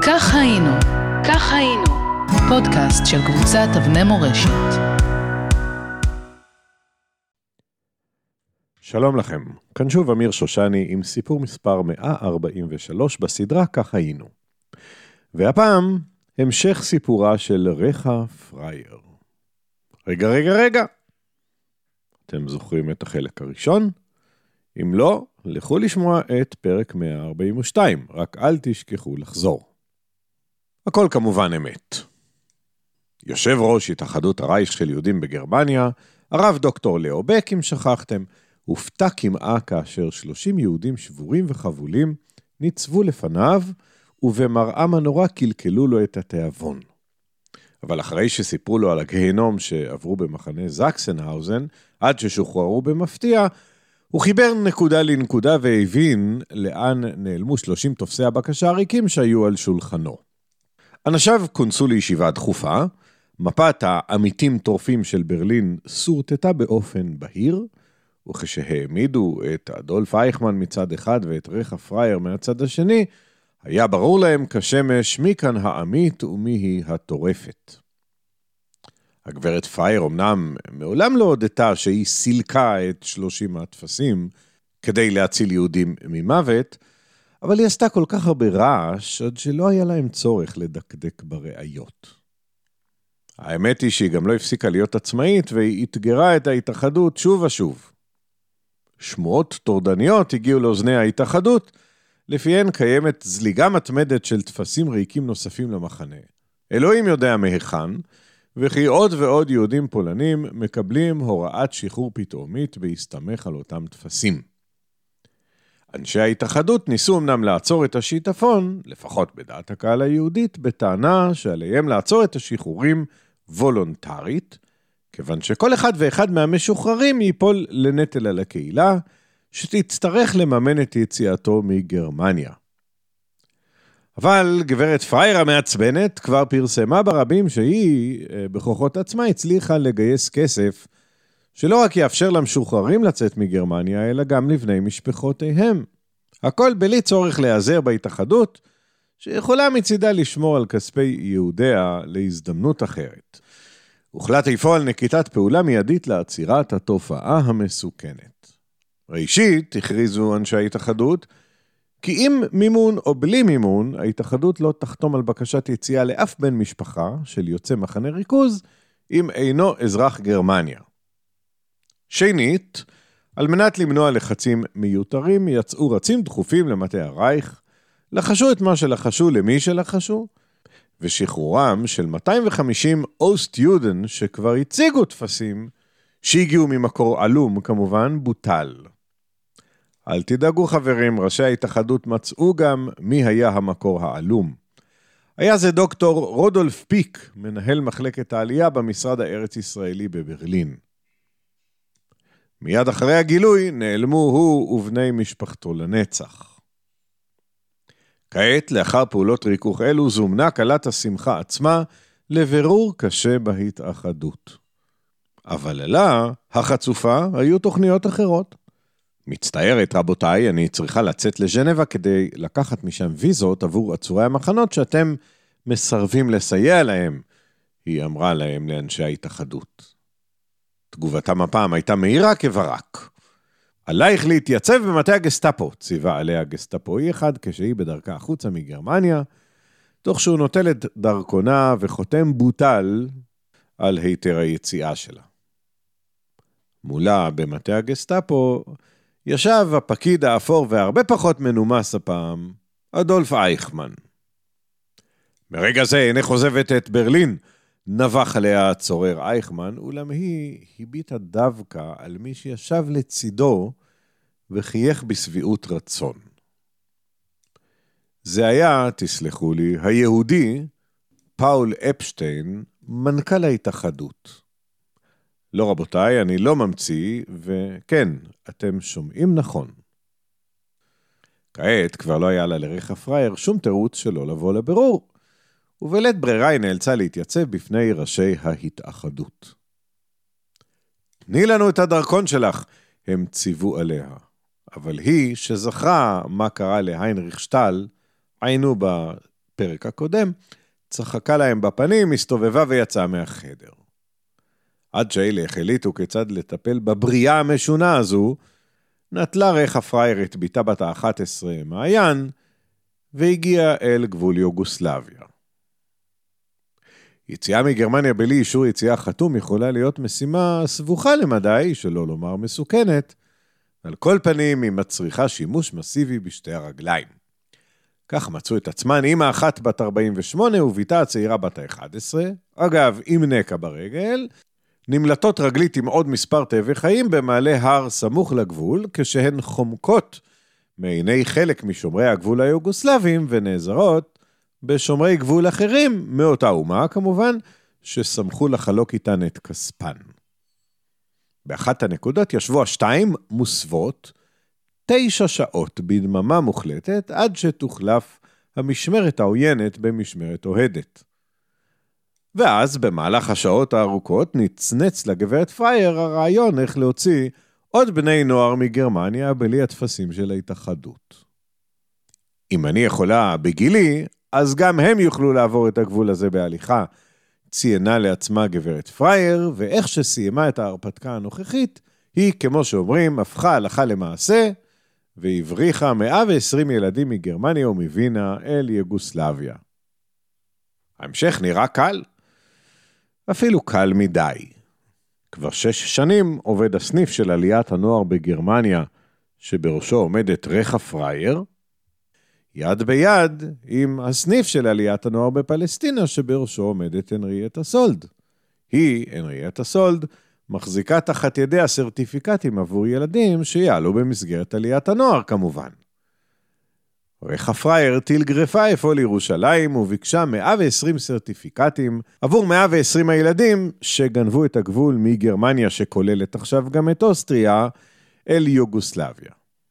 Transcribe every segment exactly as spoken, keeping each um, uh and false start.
כך היינו, כך היינו, פודקאסט של קבוצת אבני מורשת. שלום לכם, כאן שוב אמיר שושני עם סיפור מספר מאה ארבעים ושלוש בסדרה כך היינו. והפעם המשך סיפורה של רכה פרייר. רגע, רגע, רגע. אתם זוכרים את החלק הראשון? אם לא, לכו לשמוע את פרק מאה ארבעים ושתיים, רק אל תשכחו לחזור. הכל כמובן אמת. יושב ראש התאחדות הרייך של יהודים בגרמניה, הרב דוקטור ליאו בק, אם שכחתם, הופתע כמעה כאשר שלושים יהודים שבורים וחבולים ניצבו לפניו, ובמראם הנורא קלקלו לו את התיאבון. אבל אחרי שסיפרו לו על הגהנום שעברו במחנה זקסנהאוזן, עד ששוחררו במפתיע, הוא חיבר נקודה לנקודה והבין לאן נעלמו שלושים תופסי הבקשה הריקים שהיו על שולחנו. אנשיו כונסו לישיבה דחופה, מפת העמיתים טורפים של ברלין סורטטה באופן בהיר, וכשהעמידו את אדולף אייכמן מצד אחד ואת רכה פרייר מהצד השני, היה ברור להם כשמש מי כאן העמית ומי היא הטורפת. הגברת פרייר אמנם מעולם לא הודתה שהיא סילקה את שלושים התפסים כדי להציל יהודים ממוות, אבל היא עשתה כל כך הרבה רעש עד שלא היה להם צורך לדקדק בראיות. האמת היא שהיא גם לא הפסיקה להיות עצמאית והיא התגרה את ההתאחדות שוב ושוב. שמועות טורדניות הגיעו לאוזני ההתאחדות, לפיהן קיימת זליגה מתמדת של תפסים ריקים נוספים למחנה. אלוהים יודע מהיכן, וכי עוד ועוד יהודים פולנים מקבלים הוראת שחרור פתאומית בהסתמך על אותם תפסים. אנשי ההתאחדות ניסו אמנם לעצור את השיטפון, לפחות בדעת הקהל היהודית, בטענה שעליהם לעצור את השחרורים וולונטרית, כיוון שכל אחד ואחד מהמשוחררים ייפול לנטל על הקהילה, שתצטרך לממן את יציאתו מגרמניה. אבל גברת פרייר המעצבנת כבר פרסמה ברבים שהיא בכוחות עצמה הצליחה לגייס כסף, שלא רק יאפשר למשוחררים לצאת מגרמניה, אלא גם לבני משפחותיהם. הכל בלי צורך להיעזר בהתאחדות, שיכולה מצידה לשמור על כספי יהודיה להזדמנות אחרת. הוחלט לפעול נקיטת פעולה מיידית לעצירת התופעה המסוכנת. ראשית, הכריזו אנשי ההתאחדות, כי אם מימון או בלי מימון, ההתאחדות לא תחתום על בקשת יציאה לאף בן משפחה של יוצא מחנה ריכוז, אם אינו אזרח גרמניה. שנית, על מנת למנוע לחצים מיותרים, יצאו רצים דחופים למטה הרייך, לחשו את מה שלחשו למי שלחשו, ושחרורם של מאתיים וחמישים אוסט-יודן שכבר הציגו תפסים, שהגיעו ממקור עלום כמובן, בוטל. אל תדאגו חברים, ראשי ההתאחדות מצאו גם מי היה המקור העלום. היה זה דוקטור רודולף פיק, מנהל מחלקת העלייה במשרד הארץ ישראלי בברלין. מיד אחרי הגילוי נעלמו הוא ובני משפחתו לנצח. כעת, לאחר פעולות ריכוך אלו, זומנה קלת השמחה עצמה לבירור קשה בהתאחדות. אבל אלה, החצופה, היו תוכניות אחרות. מצטערת רבותיי, אני צריכה לצאת לז'נבה כדי לקחת משם ויזות עבור עצורי המחנות שאתם מסרבים לסייע להם, היא אמרה להם לאנשי ההתאחדות. תגובתם הפעם הייתה מהירה כברק. עלייך להתייצב במטה הגסטאפו, ציווה עליה הגסטאפואי אחד כשהיא בדרכה החוצה מגרמניה, תוך שהוא נוטל את דרכונה וחותם בוטל על היתר היציאה שלה. מולה במטה הגסטאפו ישב הפקיד האפור והרבה פחות מנומס הפעם, אדולף אייכמן. מרגע זה אינך עוזבת את ברלין, נבח עליה הצורר אייכמן, אולם היא הביטה דווקא על מי שישב לצידו וחייך בסביעות רצון. זה היה, תסלחו לי, היהודי פאול אפשטיין, מנכ"ל ההתאחדות. לא רבותיי, אני לא ממציא, וכן, אתם שומעים נכון. כעת כבר לא היה לה לרכה פרייר שום תירוץ שלא לבוא לבירור, ובלית ברירה היא נאלצה להתייצב בפני ראשי ההתאחדות. תני לנו את הדרכון שלך, הם ציוו עליה. אבל היא שזכרה מה קרה להיינריך שטל, היינו הפרק הקודם, צחקה להם בפנים, הסתובבה ויצאה מהחדר. עד שאלה החליטו כיצד לטפל בבריאה המשונה הזו, נטלה רכה פרייר את ביתה בת ה-אחת עשרה מעיין, והגיעה אל גבול יוגוסלביה. יציאה מגרמניה בלי אישור יציאה חתום יכולה להיות משימה סבוכה למדי, שלא לומר מסוכנת, על כל פנים היא מצריכה שימוש מסיבי בשתי הרגליים. כך מצאו את עצמן אמא אחת בת ארבעים ושמונה וביתה הצעירה בת ה-אחת עשרה, אגב עם נקע ברגל, נמלטות רגלית עם עוד מספר טבע חיים במעלה הר סמוך לגבול, כשהן חומקות מעיני חלק משומרי הגבול היוגוסלבים ונעזרות בשומרי גבול אחרים, מאותה אומה כמובן, ששמחו לחלוק איתן את כספן. באחת הנקודות ישבו השתיים מוסוות, תשע שעות בדממה מוחלטת, עד שתוחלף המשמרת העוינת במשמרת אוהדת. ואז במהלך השעות הארוכות נצנץ לגברת פרייר הרעיון איך להוציא עוד בני נוער מגרמניה בלי התפסים של ההתאחדות. אם אני יכולה בגילי, אז גם הם יוכלו לעבור את הגבול הזה בהליכה, ציינה לעצמה גברת פרייר, ואיך שסיימה את ההרפתקה הנוכחית, היא, כמו שאומרים, הפכה הלכה למעשה, והבריחה מאה ועשרים ילדים מגרמניה ומווינה אל יוגוסלביה. ההמשך נראה קל, אפילו קל מדי. כבר שש שנים עובד הסניף של עליית הנוער בגרמניה, שבראשו עומדת רכה פרייר, יד ביד עם הסניף של עליית הנוער בפלסטינה, שבראשו עומדת הנריאטה סולד. היא, הנריאטה סולד, מחזיקה תחת ידי הסרטיפיקטים עבור ילדים שיעלו במסגרת עליית הנוער כמובן. רכה פרייר תלגרפה אפוא לירושלים וביקשה מאה ועשרים סרטיפיקטים עבור מאה ועשרים הילדים שגנבו את הגבול מגרמניה שכוללת עכשיו גם את אוסטריה אל יוגוסלביה.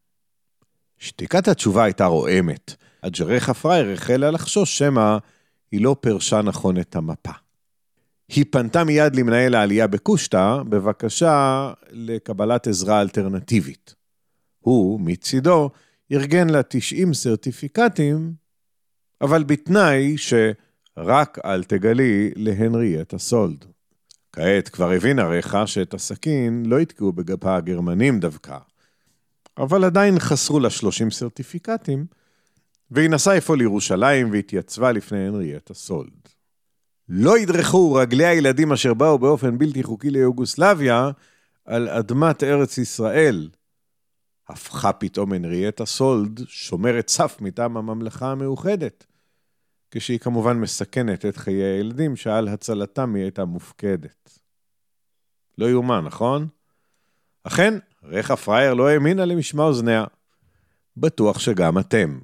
שתיקת התשובה הייתה רועמת, עד שרכה פרייר החלה לחשוש שמה היא לא פרשה נכון את המפה. היא פנתה מיד למנהל העלייה בקושטה בבקשה לקבלת עזרה אלטרנטיבית. הוא, מצידו, ארגן לה תשעים סרטיפיקטים, אבל בתנאי שרק אל תגלי להנריאטה סולד. כעת כבר הבינה רכה שאת הסכין לא יתקעו בגפה הגרמנים דווקא, אבל עדיין חסרו לה שלושים סרטיפיקטים, והיא נסעה אפוא לירושלים והתייצבה לפני הנריאטה סולד. לא ידרכו רגלי הילדים אשר באו באופן בלתי חוקי ליוגוסלביה על אדמת ארץ ישראל. הפכה פתאום הנריאטה סולד שומרת סף מטעם הממלכה המאוחדת, כשהיא כמובן מסכנת את חיי הילדים שעל הצלתם היא הייתה מופקדת. לא יאומן, נכון? אכן, רכה פרייר לא האמינה למשמע אוזניה. בטוח שגם אתם.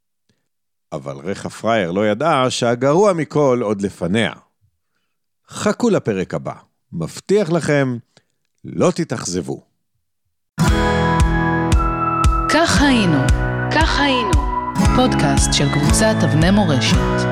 אבל רכה פרייר לא ידעה שהגרוע מכל עוד לפניה. חכו לפרק הבא. מבטיח לכם, לא תתאכזבו. כך היינו, כך היינו. פודקאסט של קבוצת אבני מורשת.